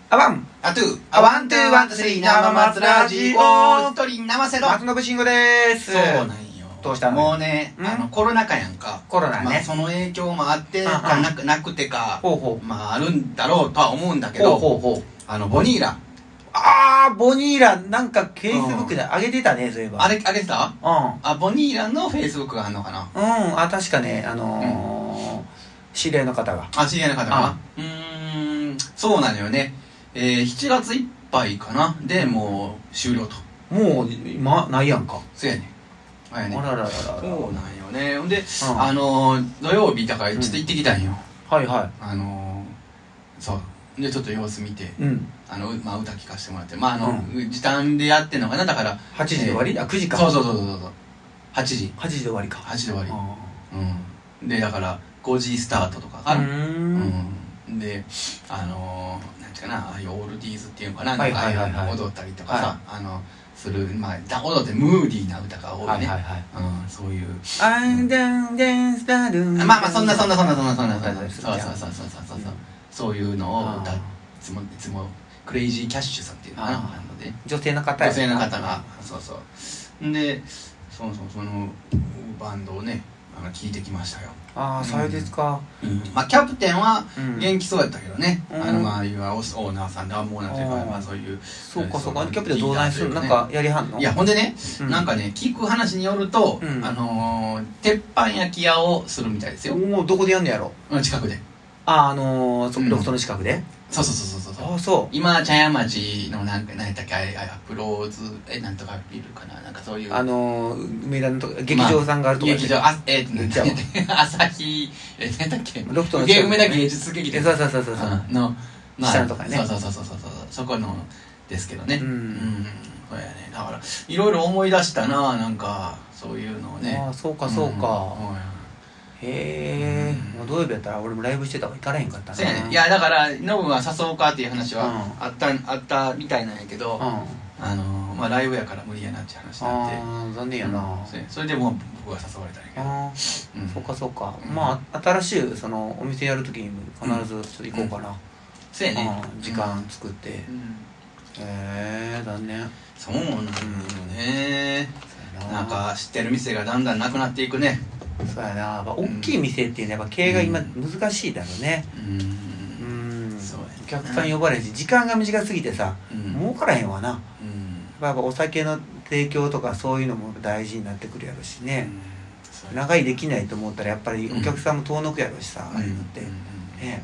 アワンアトゥーアワントゥーワントゥスリー生松ラジオ一人生せろ。 松信慎吾です。 そうなんよ。 どうしたもうね、コロナ禍やんか。 コロナね、 まあ、その影響もあってかなくてか、まああるんだろうとは思うんだけど、ボニーラ。 ボニーラなんかフェイスブックで上げてたね、そういえば。 上げてた？ボニーラのフェイスブックがあるのかな。 確かね、知り合いの方が。 知り合いの方が。そうなのよね。7月いっぱいかなでもう終了と。 もう今ないやんか。 そうやね。あらららら。そうなんよね。ほんで土曜日だからちょっと行ってきたんよ。 はいはい。 そうでちょっと様子見て、まあ歌聞かせてもらって、時短でやってんのかな、だから 8時で終わり？9時か。 そう8時で終わりか。 8時で終わり。でだから5時スタートとかかな。でなんていうかな、ああいうオールディーズっていうのかな、なんか踊ったりとかさ、する、まあ踊ってムーディーな歌が多いね。そういうまあそんなそういうのをいつもクレイジーキャッシュさんっていうのかな、 女性の方がそうでそのバンドをね聞いてきましたよ。 そうですか。 まあキャプテンは元気そうやったけどね。まあいうオーナーさんでオーナーというか、まあそういう。 そうかキャプテンどうなんする、なんかやりはんの？ いやほんでね、なんかね聞く話によると鉄板焼き屋をするみたいですよ。 もうどこでやんのやろ？ 近くで。 ロフトの近くで？ そう今茶屋町の何やったっけ、アプローズなんとかビルかな、なんかそういう梅田の劇場さんがあるところ、 劇場朝日何だっけ、 ロフトの梅田芸術劇場の下のとかね。 そこのですけどね。そうやね。だからいろいろ思い出したな、なんかそういうのをね。 そうかへえ、土曜日やったら俺もライブしてたから行かれへんかったな。 そうやね。いやだからノブは誘おうかっていう話はあったみたいなんやけど、まあライブやから無理やなって話になって、 残念やな。 それでもう僕が誘われたんやけど。 そうか。まあ新しいそのお店やるときに必ずちょっと行こうかな。 そうやね。 時間作って。残念。 そうなんだよね。なんか知ってる店がだんだんなくなっていくね。 そうやな、大きい店っていうのはやっぱ経営が今難しいだろうね。お客さん呼ばれへんし、時間が短すぎてさ儲からへんわな。やっぱお酒の提供とかそういうのも大事になってくるやろしね。長居できないと思ったらやっぱりお客さんも遠のくやろしさ、ああいうのってね。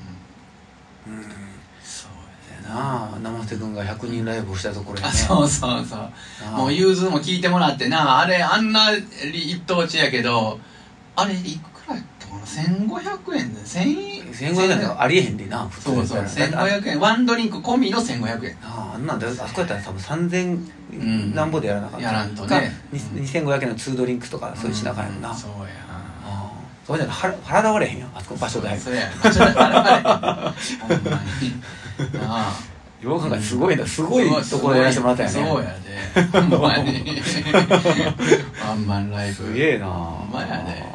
生瀬君が100人ライブをしたところやね。 そうもう融通も聞いてもらってな、あれあんな一等地やけど、あれいくらやったかな、1500円で 1500円とかありえへんでな。 そう1500円、ワンドリンク込みの1500円。 あんなんであそこやったら多分3000なんぼでやらなかった。 やらんとね。 2500円の2ドリンクとかそういうしなあかんやんな。 そうや。 そうじゃない、払われへんやん、あそこ場所代。 そうや、場所代払われへん。ほんまに。 よう考えてすごいな、すごいところでやらせてもらったよね。 そうやで。ほんまに。ワンマンライブ。 すげえな。 ほんまやで。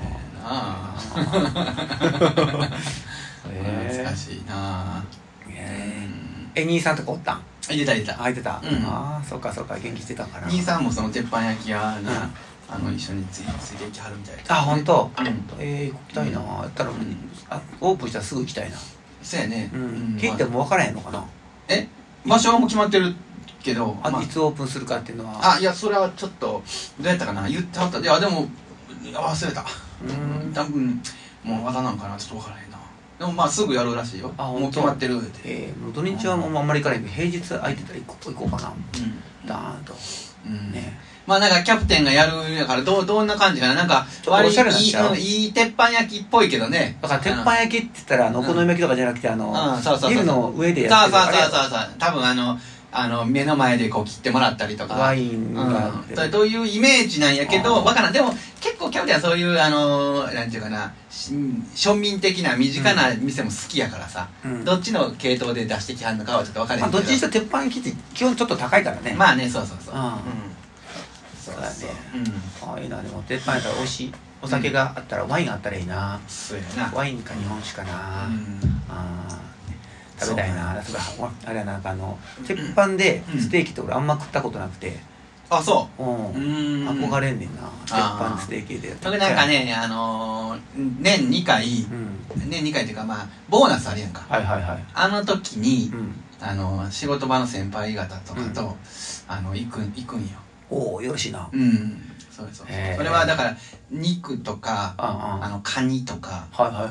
懐かしいな。 兄さんとこおったん？ いてた。 そうか元気してたんかな。 兄さんもその鉄板焼き屋に一緒について行きはるみたいな。 本当。行きたいな。やったらオープンしたらすぐ行きたいな。 そうやね。 聞いても分からへんのかな。 場所はもう決まってるけど、 いつオープンするかっていうのは。 いやそれはちょっとどうやったかな、言ってはった。いやでも忘れた。多分もうまだなんかな、ちょっと分からへんな。でもまあすぐやるらしいよ。もう決まってるって。 土日はもうあんまり行かないけど、平日空いてたら行こうかな。ダーンとね。 まあなんかキャプテンがやるやからどんな感じかな、なんか割にいい鉄板焼きっぽいけどね。 だから鉄板焼きって言ったらお好み焼きとかじゃなくてビルの上でやってる。 多分目の前でこう切ってもらったりとかワインがあって、 そういうイメージなんやけど、わからん。でも結構キャプテンはそういうなんていうかな、庶民的な身近な店も好きやからさ、どっちの系統で出してきはんのかはちょっと分かれへんけど、 どっちにしても鉄板焼きって基本ちょっと高いからね。 まあね、そうそうだね。いいな。でも鉄板やったら美味しいお酒があったら、ワインあったらいいな。 そうやな。 ワインか日本酒かな。 食べたいな。あれはなんか鉄板でステーキって俺あんま食ったことなくて。 あ、そう。 憧れんねんな、鉄板ステーキで。 僕なんかね、年2回、年2回っていうかまあボーナスあるやんか。あの時に、仕事場の先輩方とかと、行くんよ。 おお、よろしいな。 そう。それはだから肉とかカニとか、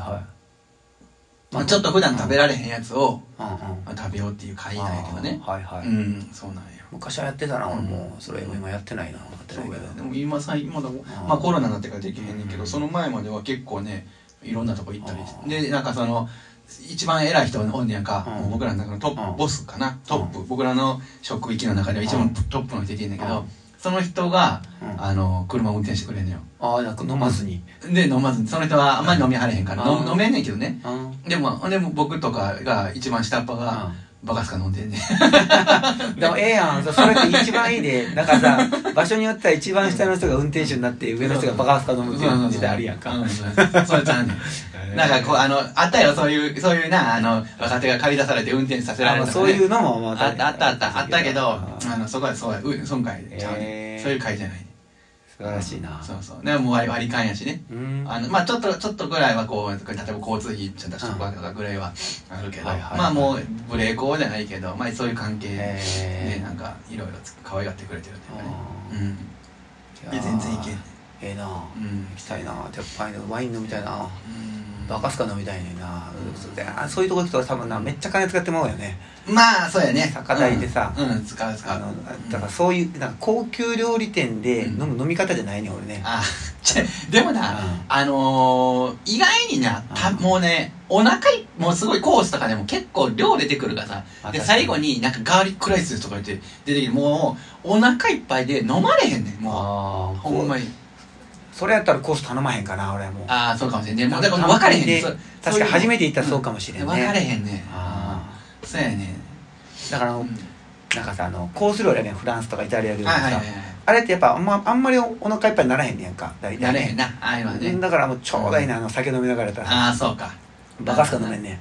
ちょっと普段食べられへんやつを食べようっていう会なんやけどね。そうなんや。 昔はやってたな、俺もそれ今やってないな。 でも今だまあコロナになってからできへんねんけど、その前までは結構ねいろんなとこ行ったりしてで、なんかその一番偉い人おんねやんか、僕らの中のトップボスかな、トップ、僕らの職域の中では一番トップの人いてんねんけど、その人が車を運転してくれんのよ。 なんか飲まずに。 で飲まずに、その人はあんまり飲みはれへんから飲めんねんけどね。でも僕とかが一番下っ端がバカスカ飲んでんねでもやん、それって一番いいで、なんかさ、場所によっては一番下の人が運転手になって上の人がバカスカ飲むっていう時代あるやんか。 それちゃうねん。なんかこうあったよ、そういうな、若手が借り出されて運転させられるとかね。 そういうのもあったけど、そこはそう回ちゃうねん。そういう会じゃない。 素晴らしいな。 そうでももう割り勘やしね。まあちょっとぐらいはこう、例えば交通費ちょっと出しとくわとかぐらいはあるけど、まあもうブレーコーじゃないけど、まあそういう関係でなんかいろいろ可愛がってくれてるっていうかね。全然いけんね。 ええな。行きたいな。鉄板でワイン飲みたいな。バカスカ飲みたいねんな。そういうとこ行くと多分な、めっちゃ金使ってまうよね。 まあそうやね。 酒代でさ、 使う。 だからそういうなんか高級料理店で飲む飲み方じゃないね俺ね。 でもな、意外にな、もうね、お腹もうすごいコースとかでも結構量出てくるからさ、で最後になんかガーリックライスとか言って出てきて、もうお腹いっぱいで飲まれへんねん、もうほんまに。 それやったらコース頼まへんかな、俺はもう。 そうかもしれんね。だから分かれへん。 確かに初めて行ったらそうかもしれんね。 分かれへんね。そうやね。 だからなんかさ、コース料理やねん、フランスとかイタリア料理とかさ、あれってやっぱあんまりお腹いっぱいにならへんねやんか、大体。 なれへんな、ああいうのね。 だからもうちょうどいいな、酒飲みながらやったら。 そうか。 バカスカ飲めんねん。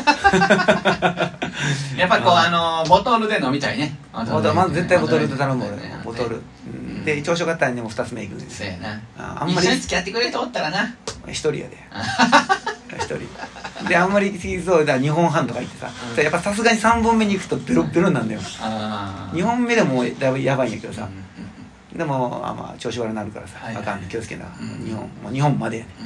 やっぱこうボトルで飲みたいね。 まず絶対ボトルで頼む俺。ボトルで朝食あったらね、もう2つ目いくんです。 そうやな。あんまり一緒に付き合ってくれる人おったらな。 一人やで。一人で、あんまりそうだ、2本半とか行ってさ、やっぱさすがに3本目に行くとベロベロになるんだよ。2本目でもだいぶやばいんやけどさ、でもまあ調子悪くなるからさ、あかん、気をつけな。2本までやね。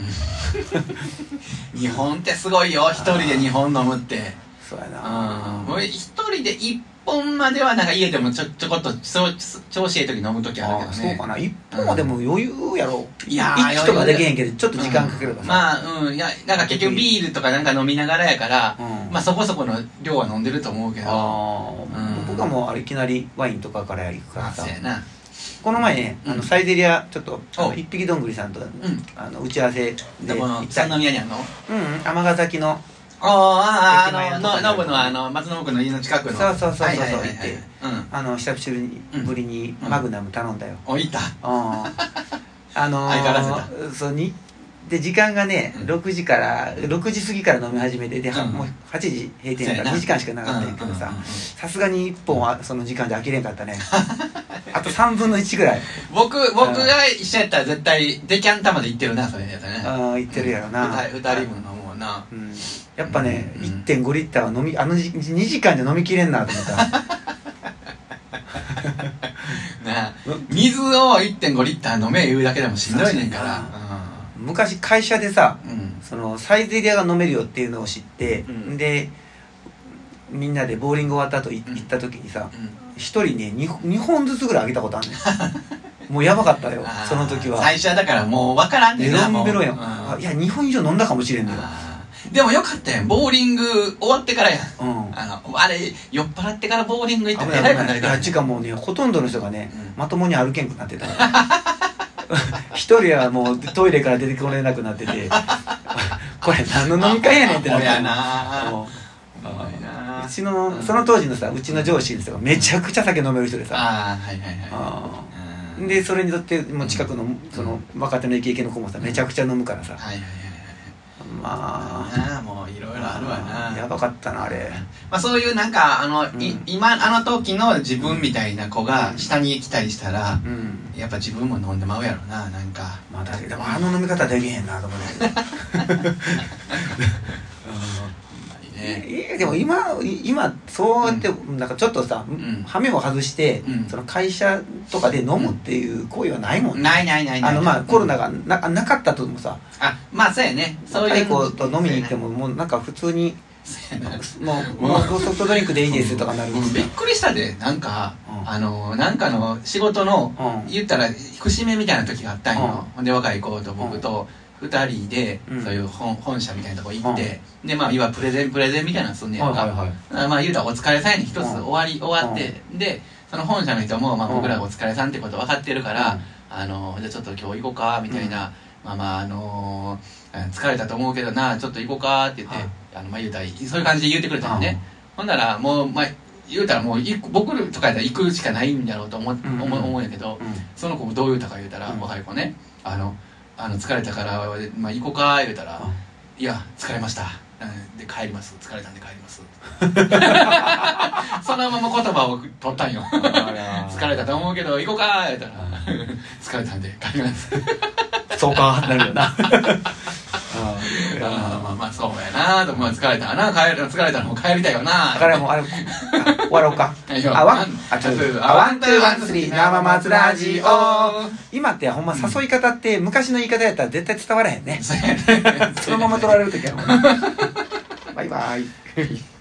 2本ってすごいよ、1人で2本飲むって。 そうやな。 もう1人で1本まではなんか家でもちょこっと調子いい時飲む時あるけどね。 そうかな、1本はでも余裕やろ。 いや一気とかできへんけどちょっと時間かけるからさ。 まあいや、なんか結局ビールとかなんか飲みながらやから、まあそこそこの量は飲んでると思うけど。 僕はもういきなりワインとかから行くからさ。 そうやな。 この前ね、サイゼリアちょっと一匹どんぐりさんと打ち合わせで行った。 三宮にあんの？ 尼崎のノブの松信君の家の近くの。 そう行って久しぶりにマグナム頼んだよ。 いた。 相変わらずだ。で時間がね、6時過ぎから飲み始めて、でもう8時閉店やから2時間しかなかったんやけどさ、さすがに1本はその時間で飽きれんかったね。あと3分の1ぐらい。 僕が一緒やったら絶対デキャンタまで行ってるな、それやったね。 行ってるやろな。 2人分飲もうな。 やっぱね、1.5 リッターは2時間で飲みきれんなと思ったな。水を 1.5 リッター飲め言うだけでもしんどいねんから。 昔会社でさ、そのサイゼリアが飲めるよっていうのを知って、でみんなでボーリング終わった後行った時にさ、一人ね2本ずつぐらいあげたことあるねん。もうやばかったよ、その時は。 最初はだからもう分からんねんな。 ベロンベロンやん。いや2本以上飲んだかもしれんのよ。 でもよかったやん、ボーリング終わってからやん。あれ酔っ払ってからボーリング行って偉いことになるから。 いやもうね、ほとんどの人がね、まともに歩けんくなってた一人はもうトイレから出てこれなくなっててこれ何の飲み会やねんってなって。うちのその当時のさ、うちの上司の人がめちゃくちゃ酒飲める人でさ、でそれにとってもう近くのその若手のイケイケの子もさめちゃくちゃ飲むからさ、 まあもういろいろあるわな。 やばかったなあれ。 まあそういうなんか今あの時の自分みたいな子が下に来たりしたら、やっぱ自分も飲んでまうやろな、なんか。 まあ確かにでもあの飲み方できへんなと思って。でも今そうやってなんかちょっとさ、羽目を外して、その会社とかで飲むっていう行為はないもんね。 ないまあコロナがなかったともさ、 まあそうやね、 そういう子と飲みに行ってももうなんか普通にもうソフトドリンクでいいですとかなるし、 びっくりしたで、なんかなんかの仕事の言ったら節目みたいな時があったんよ。で若い子と僕と2人でそういう本社みたいなとこ行って、でまあいわゆるプレゼンみたいなのすんねやんか。まあ言うたらお疲れさんに一つ終わって、でその本社の人もまあ僕らがお疲れさんってこと分かってるから、じゃあちょっと今日行こうかみたいな、疲れたと思うけどなちょっと行こうかって言って、まあ言うたらそういう感じで言ってくれたのね。ほんならもうまあ言うたらもう僕とかやったら行くしかないんだろうと思うんやけど、その子もどう言うたか言うたら、若い子ね、疲れたからまあ行こうか言うたら、いや疲れました、で帰ります、疲れたんで帰りますそのまま言葉を取ったんよ疲れたと思うけど行こうか言うたら疲れたんで帰りますそうかってなるよなまあそうやなと、疲れたな、疲れたらもう帰りたいよな。 だからもう終わろうか。ワン、ツー、ワン、スリー、生松ラジオ。今ってほんま誘い方って昔の言い方やったら絶対伝わらへんね。そのまま取られるときはもん。バイバイ。